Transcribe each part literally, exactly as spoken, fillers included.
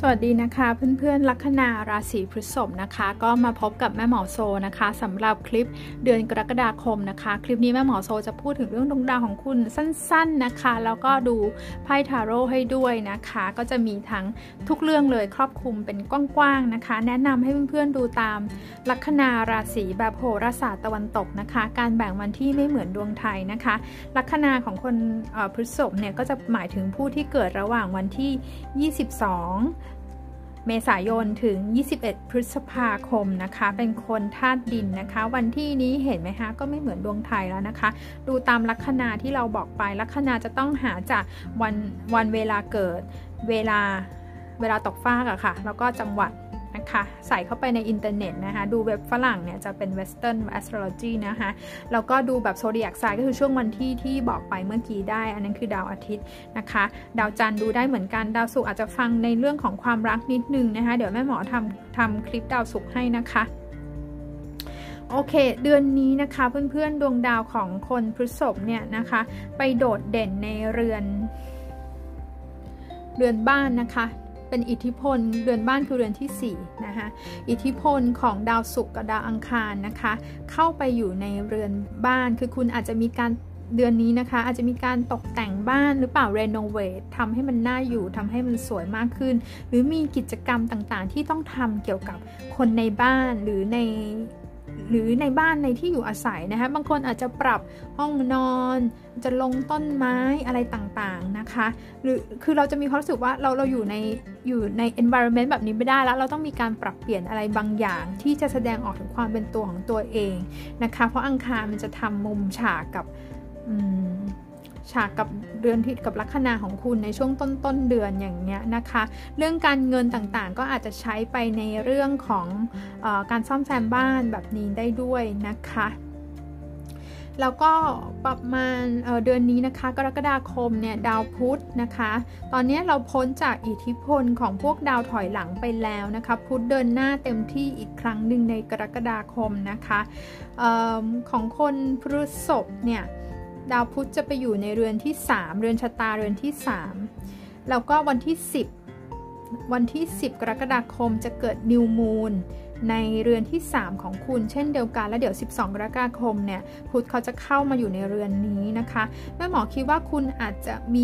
สวัสดีนะคะเพื่อนๆลัคนาราศีพฤษภนะคะก็มาพบกับแม่หมอโซนะคะสำหรับคลิปเดือนกรกฎาคมนะคะคลิปนี้แม่หมอโซจะพูดถึงเรื่องดวงดาวของคุณสั้นๆนะคะแล้วก็ดูไพ่ทาโร่ให้ด้วยนะคะก็จะมีทั้งทุกเรื่องเลยครอบคลุมเป็นกว้างๆนะคะแนะนำให้เพื่อนๆดูตามลัคนาราศีแบบโหราศาสตร์ตะวันตกนะคะการแบ่งวันที่ไม่เหมือนดวงไทยนะคะลัคนาของคนพฤษภเนี่ยก็จะหมายถึงผู้ที่เกิดระหว่างวันที่ยี่สิบสองเมษายนถึงยี่สิบเอ็ดพฤษภาคมนะคะเป็นคนธาตุดินนะคะวันที่นี้เห็นไหมคะก็ไม่เหมือนดวงไทยแล้วนะคะดูตามลัคนาที่เราบอกไปลัคนาจะต้องหาจากวันวันเวลาเกิดเวลาเวลาตกฟากอะค่ะแล้วก็จังหวัดนะคะใส่เข้าไปในอินเทอร์เน็ตนะคะดูเว็บฝรั่งเนี่ยจะเป็น Western Astrology นะคะแล้วก็ดูแบบโซเดียกไซน์ก็คือช่วงวันที่ที่บอกไปเมื่อกี้ได้อันนั้นคือดาวอาทิตย์นะคะดาวจันทร์ดูได้เหมือนกันดาวศุกร์อาจจะฟังในเรื่องของความรักนิดนึงนะคะเดี๋ยวแม่หมอทำทำคลิปดาวศุกร์ให้นะคะโอเคเดือนนี้นะคะเพื่อนๆดวงดาวของคนพฤษภเนี่ยนะคะไปโดดเด่นในเรือนเรือนบ้านนะคะเป็นอิทธิพลเรือนบ้านคือเรือนที่สี่นะคะอิทธิพลของดาวศุกร์กับดาวอังคารนะคะเข้าไปอยู่ในเรือนบ้านคือคุณอาจจะมีการเดือนนี้นะคะอาจจะมีการตกแต่งบ้านหรือเปล่ารีโนเวททำให้มันน่าอยู่ทำให้มันสวยมากขึ้นหรือมีกิจกรรมต่างๆที่ต้องทำเกี่ยวกับคนในบ้านหรือในหรือในบ้านในที่อยู่อาศัยนะคะบางคนอาจจะปรับห้องนอนจะลงต้นไม้อะไรต่างๆนะคะหรือคือเราจะมีความรู้สึกว่าเราเราอยู่ในอยู่ใน environment แบบนี้ไม่ได้แล้วเราต้องมีการปรับเปลี่ยนอะไรบางอย่างที่จะแสดงออกถึงความเป็นตัวของตัวเองนะคะเพราะอังคารมันจะทำมุมฉากกับฉากกับเดือนที่กับลัคนาของคุณในช่วงต้นต้นเดือนอย่างเงี้ยนะคะเรื่องการเงินต่างๆก็อาจจะใช้ไปในเรื่องของเอ่อการซ่อมแซมบ้านแบบนี้ได้ด้วยนะคะแล้วก็ประมาณ เอ่อ เดือนนี้นะคะกรกฎาคมเนี่ยดาวพุธนะคะตอนนี้เราพ้นจากอิทธิพลของพวกดาวถอยหลังไปแล้วนะคะพุธเดินหน้าเต็มที่อีกครั้งหนึ่งในกรกฎาคมนะคะเอ่อของคนพฤษภเนี่ยดาวพุธจะไปอยู่ในเรือนที่สามเรือนชะตาเรือนที่สามแล้วก็วันที่สิบวันที่สิบกรกฎาคมจะเกิดนิวมูนในเรือนที่สามของคุณเช่นเดียวกันแล้วเดี๋ยวสิบสองกรกฎาคมเนี่ยพุธเขาจะเข้ามาอยู่ในเรือนนี้นะคะแม่หมอคิดว่าคุณอาจจะมี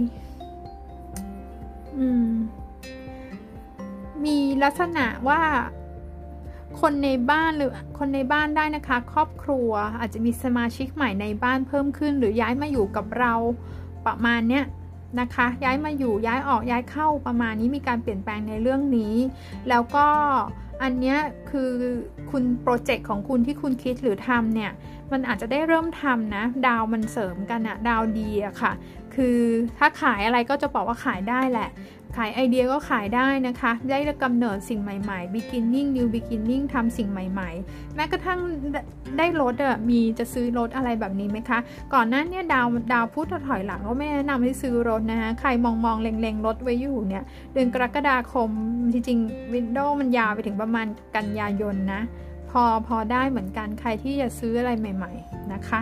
อืมมีลักษณะว่าคนในบ้านหรือคนในบ้านได้นะคะครอบครัวอาจจะมีสมาชิกใหม่ในบ้านเพิ่มขึ้นหรือย้ายมาอยู่กับเราประมาณเนี้ยนะคะย้ายมาอยู่ย้ายออกย้ายเข้าประมาณนี้มีการเปลี่ยนแปลงในเรื่องนี้แล้วก็อันเนี้ยคือคุณโปรเจกต์ของคุณที่คุณคิดหรือทำเนี่ยมันอาจจะได้เริ่มทำนะดาวมันเสริมกันอะดาวดีอะค่ะคือถ้าขายอะไรก็จะบอกว่าขายได้แหละขายไอเดียก็ขายได้นะคะได้กำเนิดสิ่งใหม่ๆ beginning new beginning ทำสิ่งใหม่ๆแม้กระทั่งได้รถอะมีจะซื้อรถอะไรแบบนี้ไหมคะก่อนหน้านี้ดาวดาวพุธถอยหลังก็ไม่แนะนำให้ซื้อรถนะคะใครมองมองเล็งๆรถไว้อยู่เนี่ยเดือนกรกฎาคมจริงๆวินโดว์มันยาวไปถึงประมาณกันยายนนะพอพอได้เหมือนกันใครที่จะซื้ออะไรใหม่ๆนะคะ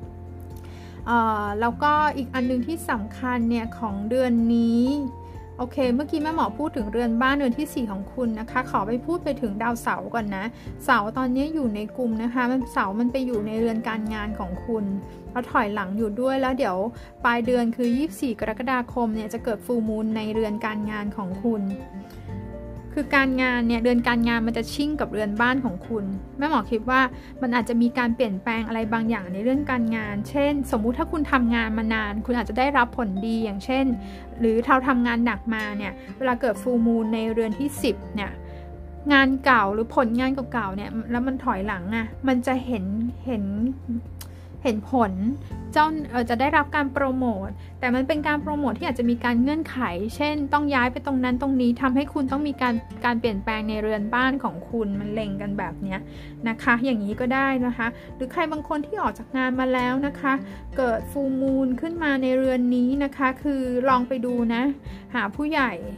แล้วก็อีกอันนึงที่สำคัญเนี่ยของเดือนนี้โอเคเมื่อกี้แม่หมอพูดถึงเรือนบ้านเรือนที่สี่ของคุณนะคะขอไปพูดไปถึงดาวเสาร์ก่อนนะเสาร์ตอนนี้อยู่ในกลุ่มนะคะมันเสาร์มันไปอยู่ในเรือนการงานของคุณแล้วถอยหลังอยู่ด้วยแล้วเดี๋ยวปลายเดือนคือยี่สิบสี่กรกฎาคมเนี่ยจะเกิดฟูลมูนในเรือนการงานของคุณคือการงานเนี่ยเรือนการงานมันจะชิ่งกับเรือนบ้านของคุณแม่หมอคิดว่ามันอาจจะมีการเปลี่ยนแปลงอะไรบางอย่างในเรื่องการงานเช่นสมมุติถ้าคุณทำงานมานานคุณอาจจะได้รับผลดีอย่างเช่นหรือเราทำงานหนักมาเนี่ยเวลาเกิดฟูลมูนในเรือนที่สิบเนี่ยงานเก่าหรือผลงานเก่าๆเนี่ยแล้วมันถอยหลังอ่ะมันจะเห็นเห็นเห็นผลเจ้าเออจะได้รับการโปรโมทแต่มันเป็นการโปรโมทที่อาจจะมีการเงื่อนไขเช่นต้องย้ายไปตรงนั้นตรงนี้ทำให้คุณต้องมีการการเปลี่ยนแปลงในเรือนบ้านของคุณมันเล็งกันแบบนี้นะคะอย่างนี้ก็ได้นะคะหรือใครบางคนที่ออกจากงานมาแล้วนะคะเกิดฟูลมูนขึ้นมาในเรือนนี้นะคะคือลองไปดูนะหาผู้ใหญ่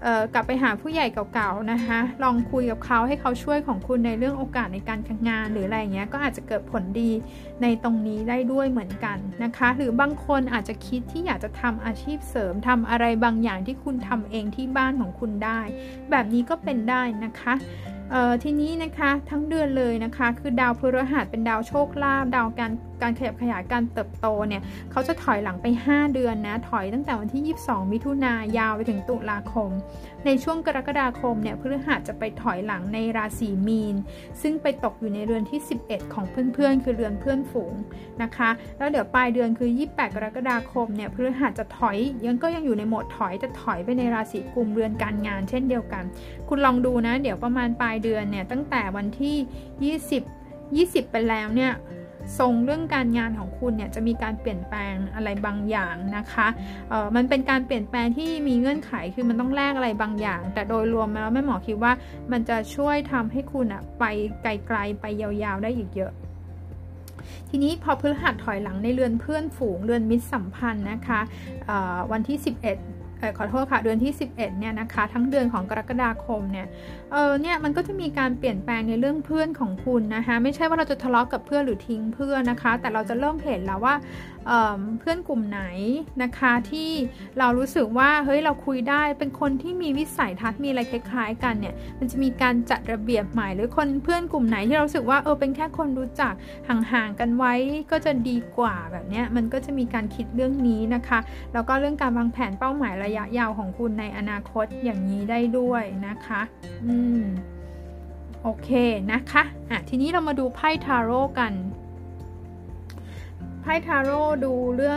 กลับไปหาผู้ใหญ่เก่าๆนะคะลองคุยกับเขาให้เขาช่วยของคุณในเรื่องโอกาสในการงานหรืออะไรเงี้ยก็อาจจะเกิดผลดีในตรงนี้ได้ด้วยเหมือนกันนะคะหรือบางคนอาจจะคิดที่อยากจะทำอาชีพเสริมทำอะไรบางอย่างที่คุณทำเองที่บ้านของคุณได้แบบนี้ก็เป็นได้นะคะทีนี้นะคะทั้งเดือนเลยนะคะคือดาวพฤหัสเป็นดาวโชคลาภดาวการการขยับขยายการเติบโตเนี่ยเขาจะถอยหลังไปห้าเดือนนะถอยตั้งแต่วันที่ยี่สิบสองมิถุนายาวไปถึงตุลาคมในช่วงกรกฎาคมเนี่ยพฤหัสจะไปถอยหลังในราศีมีนซึ่งไปตกอยู่ในเรือนที่สิบเอ็ดของเพื่อนๆคือเรือนเพื่อนฝูงนะคะแล้วเดี๋ยวปลายเดือนคือยี่สิบแปดกรกฎาคมเนี่ยพฤหัสจะถอยยังก็ยังอยู่ในโหมดถอยจะถอยไปในราศีกุมเรือนการงานเช่นเดียวกันคุณลองดูนะเดี๋ยวประมาณปลายเดือนเนี่ยตั้งแต่วันที่ยี่สิบ ยี่สิบไปแล้วเนี่ยทรงเรื่องการงานของคุณเนี่ยจะมีการเปลี่ยนแปลงอะไรบางอย่างนะคะเอ่อมันเป็นการเปลี่ยนแปลงที่มีเงื่อนไขคือมันต้องแลกอะไรบางอย่างแต่โดยรวมแล้วแม่หมอคิดว่ามันจะช่วยทำให้คุณอะไปไกลๆไปยาวๆได้อีกเยอะทีนี้พอพฤหัสถอยหลังในเรือนเพื่อนฝูงเรือนมิตรสัมพันธ์นะคะวันที่สิบเอ็ดขอโทษค่ะเดือนที่สิบเอ็ดเนี่ยนะคะทั้งเดือนของกรกฎาคมเนี่ยเออเนี่ยมันก็จะมีการเปลี่ยนแปลงในเรื่องเพื่อนของคุณนะคะไม่ใช่ว่าเราจะทะเลาะกับเพื่อนหรือทิ้งเพื่อนนะคะแต่เราจะเริ่มเห็นแล้วว่า เ, เพื่อนกลุ่มไหนนะคะที่เรารู้สึกว่าเฮ้ยเราคุยได้เป็นคนที่มีวิสัยทัศน์มีอะไรคล้ายๆกันเนี่ยมันจะมีการจัดระเบียบใหม่หรือคนเพื่อนกลุ่มไหนที่เรารู้สึกว่าเออเป็นแค่คนรู้จักห่างๆกันไว้ก็จะดีกว่าแบบเนี้ยมันก็จะมีการคิดเรื่องนี้นะคะแล้วก็เรื่องการวางแผนเป้าหมายระยะยาวของคุณในอนาคตอย่างนี้ได้ด้วยนะคะอืมโอเคนะคะอ่ะทีนี้เรามาดูไพ่ทาโร่กันไพ่ทาโร่ดูเรื่อง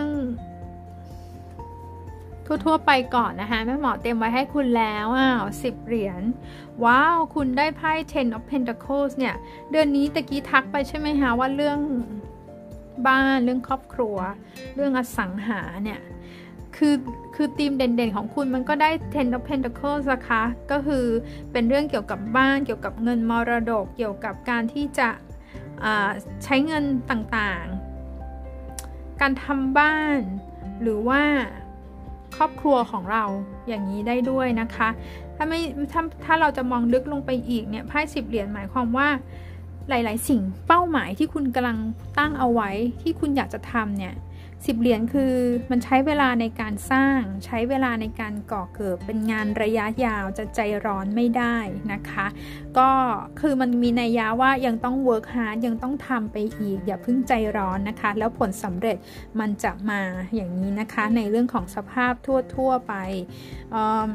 ทั่วๆไปก่อนนะคะแม่หมอเต็มไว้ให้คุณแล้วอ้าวสิบเหรียญว้าวคุณได้ไพ่ Ten of Pentacles เนี่ยเดือนนี้ตะกี้ทักไปใช่ไหมคะว่าเรื่องบ้านเรื่องครอบครัวเรื่องอสังหาเนี่ยคือคือธีมเด่นๆของคุณมันก็ได้ Ten of Pentacles นะคะก็คือเป็นเรื่องเกี่ยวกับบ้านเกี่ยวกับเงินมรดกเกี่ยวกับการที่จะใช้เงินต่างๆการทำบ้านหรือว่าครอบครัวของเราอย่างนี้ได้ด้วยนะคะถ้าไม่ถ้าถ้าเราจะมองลึกลงไปอีกเนี่ยไพ่สิบเหรียญหมายความว่าหลายๆสิ่งเป้าหมายที่คุณกำลังตั้งเอาไว้ที่คุณอยากจะทำเนี่ยสิบเหรียญคือมันใช้เวลาในการสร้างใช้เวลาในการก่อเกิดเป็นงานระยะยาวจะใจร้อนไม่ได้นะคะก็คือมันมีนัยยะว่ายังต้อง work hard ยังต้องทำไปอีกอย่าเพิ่งใจร้อนนะคะแล้วผลสำเร็จมันจะมาอย่างนี้นะคะในเรื่องของสภาพทั่วๆไปอืม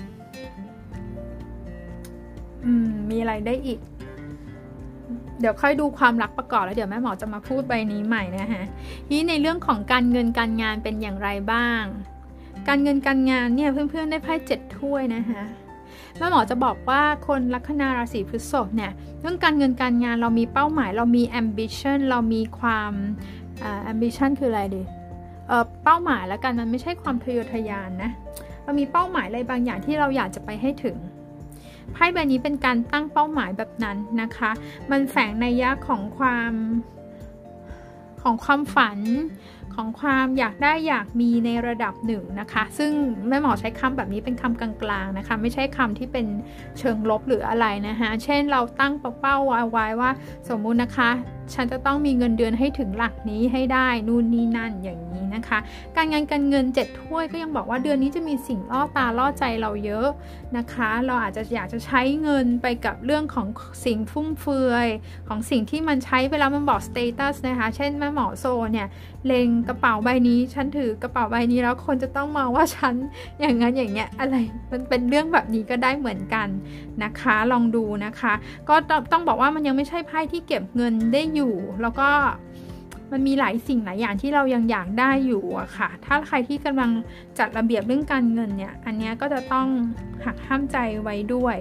อืมมีอะไรได้อีกเดี๋ยวค่อยดูความรักประกอบแล้วเดี๋ยวแม่หมอจะมาพูดใบนี้ใหม่นะคะที่ในเรื่องของการเงินการงานเป็นอย่างไรบ้างการเงินการงานเนี่ยเพื่อนๆได้ไพ่เจ็ดถ้วยนะคะแม่หมอจะบอกว่าคนลัคนาราศีพฤษภเนี่ยเรื่องการเงินการงานเรามีเป้าหมายเรามี ambition เรามีความอ่า ambition คืออะไรดีเอ่อเป้าหมายแล้วกันมันไม่ใช่ความทะเยอทะยานนะเรามีเป้าหมายอะไรบางอย่างที่เราอยากจะไปให้ถึงไพ่ใบนี้เป็นการตั้งเป้าหมายแบบนั้นนะคะมันแฝงนัยยะของความของความฝันของความอยากได้อยากมีในระดับหนึ่งนะคะซึ่งแม่หมอใช้คำแบบนี้เป็นคำกลางๆนะคะไม่ใช่คำที่เป็นเชิงลบหรืออะไรนะคะเช่นเราตั้งเป้าเอาไว้ว่าสมมุตินะคะฉันจะต้องมีเงินเดือนให้ถึงหลักนี้ให้ได้นู่นนี่นั่นอย่างนี้นะคะการงานการเงินเจ็ดถ้วยก็ยังบอกว่าเดือนนี้จะมีสิ่งล่อตาล่อใจเราเยอะนะคะเราอาจจะอยากจะใช้เงินไปกับเรื่องของสิ่งฟุ่มเฟือยของสิ่งที่มันใช้เวลามันบอกสเตตัสนะคะเช่นแม่หมอโซเนี่ยเล็งกระเป๋าใบนี้ฉันถือกระเป๋าใบนี้แล้วคนจะต้องมองว่าฉันอย่างนั้นอย่างเงี้ยอะไรมันเป็นเรื่องแบบนี้ก็ได้เหมือนกันนะคะลองดูนะคะก็ต้องบอกว่ามันยังไม่ใช่ไพ่ที่เก็บเงินได้อยู่แล้วก็มันมีหลายสิ่งหลายอย่างที่เรายังอยากได้อยู่อะค่ะถ้าใครที่กำลังจัดระเบียบเรื่องการเงินเนี่ยอันนี้ก็จะต้องหักห้ามใจไว้ด้วย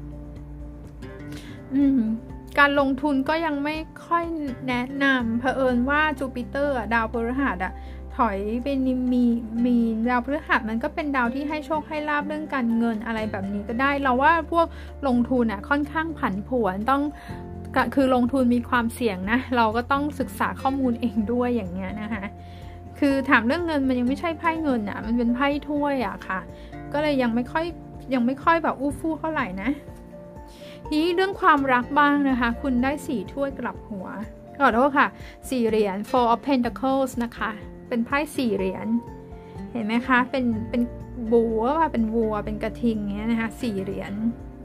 อืมการลงทุนก็ยังไม่ค่อยแนะนำเผอิญว่าจูปิเตอร์ดาวพฤหัสอะถอยเป็นมีมีดาวพฤหัสมันก็เป็นดาวที่ให้โชคให้ลาภเรื่องการเงินอะไรแบบนี้ก็ได้เราว่าพวกลงทุนอะค่อนข้างผันผวนต้องคือลงทุนมีความเสี่ยงนะเราก็ต้องศึกษาข้อมูลเองด้วยอย่างเงี้ยนะคะคือถามเรื่องเงินมันยังไม่ใช่ไพ่เงินอะมันเป็นไพ่ถ้วยอะค่ะก็เลยยังไม่ค่อยยังไม่ค่อยแบบอู้ฟู่เท่าไหร่นะทีนี้เรื่องความรักบ้างนะคะคุณได้สี่ถ้วยกลับหัวขอโทษค่ะสี่เหรียญ four of pentacles นะคะเป็นไพ่สี่เหรียญเห็นไหมคะเป็นเป็นบัวว่าเป็นวัวเป็นกระทิงเงี้ยนะคะสี่เหรียญ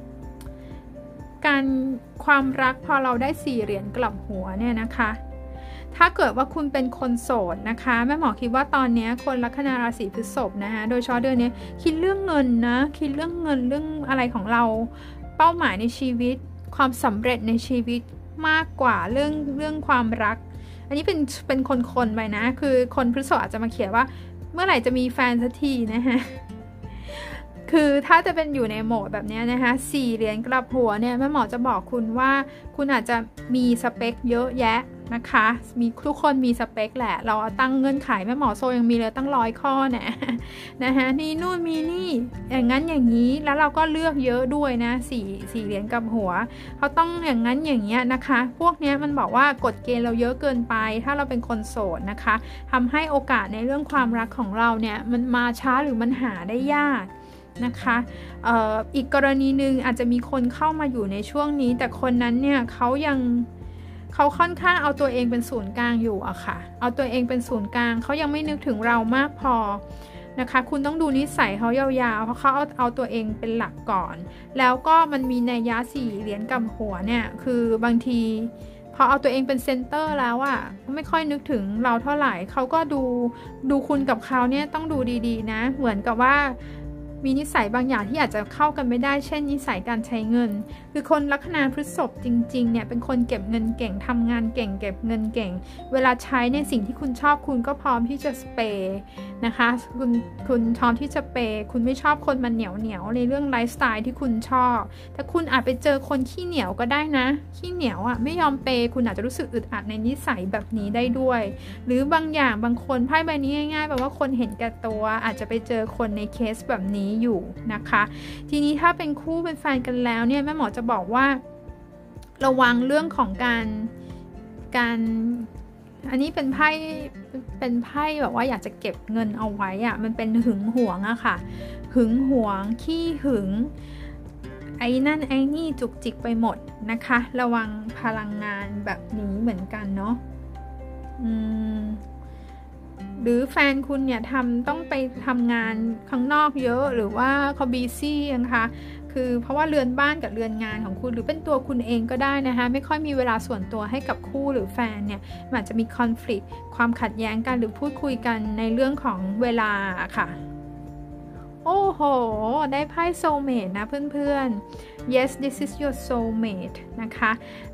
การความรักพอเราได้สี่เหรียญกลับหัวเนี่ยนะคะถ้าเกิดว่าคุณเป็นคนโสดนะคะแม่หมอคิดว่าตอนนี้คนลัคนาราศีพฤษภนะคะโดยเฉพาะเดือนนี้คิดเรื่องเงินนะคิดเรื่องเงินเรื่องอะไรของเราเป้าหมายในชีวิตความสำเร็จในชีวิตมากกว่าเรื่องเรื่องความรักอันนี้เป็นเป็นคนๆไปนะคือคนพฤษภอาจจะมาเขียนว่าเมื่อไหร่จะมีแฟนสักทีนะคะคือถ้าจะเป็นอยู่ในโหมดแบบนี้นะคะสี่เหรียญกลับหัวเนี่ยแม่หมอจะบอกคุณว่าคุณอาจจะมีสเปคเยอะแยะนะคะมีทุกคนมีสเปคแหละเราตั้งเงื่อนไขแม่หมอโซยังมีเลยตั้งร้อยข้อเนี่ยนะคะนี่นู่นมีนี่อย่างนั้นอย่างนี้แล้วเราก็เลือกเยอะด้วยนะสี่สี่เหรียญกับหัวเขาต้องอย่างนั้นอย่างเงี้ยนะคะพวกเนี้ยมันบอกว่ากฎเกณฑ์เราเยอะเกินไปถ้าเราเป็นคนโสดนะคะทำให้โอกาสในเรื่องความรักของเราเนี่ยมันมาช้าหรือมันหาได้ยากนะคะเอ่ออีกกรณีหนึ่งอาจจะมีคนเข้ามาอยู่ในช่วงนี้แต่คนนั้นเนี่ยเขายังเขาค่อนข้างเอาตัวเองเป็นศูนย์กลางอยู่อะค่ะเอาตัวเองเป็นศูนย์กลางเขายังไม่นึกถึงเรามากพอนะคะคุณต้องดูนิสัยเขายาวๆเพราะเขาเอาเอาตัวเองเป็นหลักก่อนแล้วก็มันมีนัยยะสี่เหรียญกับหัวเนี่ยคือบางทีพอเอาตัวเองเป็นเซนเตอร์แล้วอะไม่ค่อยนึกถึงเราเท่าไหร่เขาก็ดูดูคุณกับเขาเนี่ยต้องดูดีๆนะเหมือนกับว่ามีนิสัยบางอย่างที่อาจจะเข้ากันไม่ได้เช่นนิสัยการใช้เงินคือคนลัคนาพฤษภจริงๆเนี่ยเป็นคนเก็บเงินเก่งทำงานเก่งเก็บเงินเก่งเวลาใช้ในสิ่งที่คุณชอบคุณก็พร้อมที่จะสเปย์นะคะคุณคุณพร้อมที่จะเปย์คุณไม่ชอบคนมันเหนียวเหนียวในเรื่องไลฟ์สไตล์ที่คุณชอบแต่คุณอาจไปเจอคนขี้เหนียวก็ได้นะขี้เหนียวอ่ะไม่ยอมเปย์คุณอาจจะรู้สึกอึดอัดในนิสัยแบบนี้ได้ด้วยหรือบางอย่างบางคนไพ่ใบนี้ง่ายๆแปลว่าคนเห็นแก่ตัวอาจจะไปเจอคนในเคสแบบนี้อยู่นะคะทีนี้ถ้าเป็นคู่เป็นแฟนกันแล้วเนี่ยแม่หมอจะบอกว่าระวังเรื่องของการการอันนี้เป็นไพ่เป็นไพ่แบบว่าอยากจะเก็บเงินเอาไว้อะมันเป็นหึงหวงอะค่ะหึงหวงขี้หึงไอ้นั่นไอ้นี่จุกจิกไปหมดนะคะระวังพลังงานแบบนี้เหมือนกันเนาะอืมหรือแฟนคุณเนี่ยทำต้องไปทำงานข้างนอกเยอะหรือว่าเขาบีซี่นะคะคือเพราะว่าเรือนบ้านกับเรือนงานของคุณหรือเป็นตัวคุณเองก็ได้นะคะไม่ค่อยมีเวลาส่วนตัวให้กับคู่หรือแฟนเนี่ยอาจจะมีคอนฟลิกต์ความขัดแย้งกันหรือพูดคุยกันในเรื่องของเวลาค่ะโอ้โหได้ไพ่ soulmate นะเพื่อนๆ yes this is your soulmate นะคะ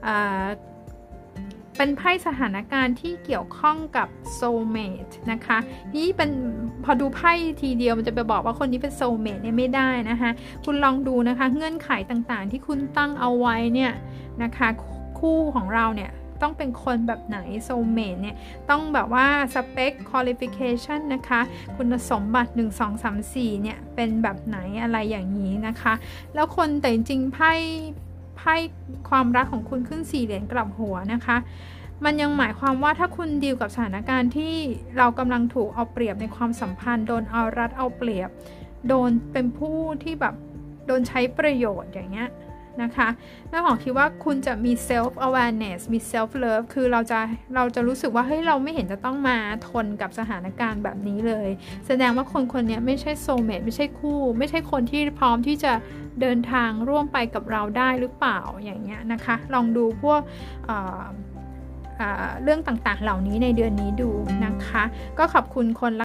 เป็นไพ่สถานการณ์ที่เกี่ยวข้องกับ soulmate นะคะนี่เป็นพอดูไพ่ทีเดียวมันจะไปบอกว่าคนนี้เป็น soulmate เนี่ยไม่ได้นะคะคุณลองดูนะคะเงื่อนไขต่างๆที่คุณตั้งเอาไว้เนี่ยนะคะคู่ของเราเนี่ยต้องเป็นคนแบบไหน soulmate เนี่ยต้องแบบว่า spec qualification นะคะคุณสมบัติหนึ่ง สอง สาม สี่เนี่ยเป็นแบบไหนอะไรอย่างนี้นะคะแล้วคนแต่จริงๆไพ่ไพ่ความรักของคุณขึ้นสี่เหรียญกลับหัวนะคะมันยังหมายความว่าถ้าคุณดีลกับสถานการณ์ที่เรากำลังถูกเอาเปรียบในความสัมพันธ์โดนเอารัดเอาเปรียบโดนเป็นผู้ที่แบบโดนใช้ประโยชน์อย่างเงี้ยนะคะแม่หมอคิดว่าคุณจะมี self awareness มี self love คือเราจะเราจะรู้สึกว่าเฮ้ยเราไม่เห็นจะต้องมาทนกับสถานการณ์แบบนี้เลยแสดงว่าคนคนนี้ไม่ใช่ soulmate ไม่ใช่คู่ไม่ใช่คนที่พร้อมที่จะเดินทางร่วมไปกับเราได้หรือเปล่าอย่างเงี้ยนะคะลองดูพวกเอ่อเอ่อเรื่องต่างๆเหล่านี้ในเดือนนี้ดูนะคะก็ขอบคุณคน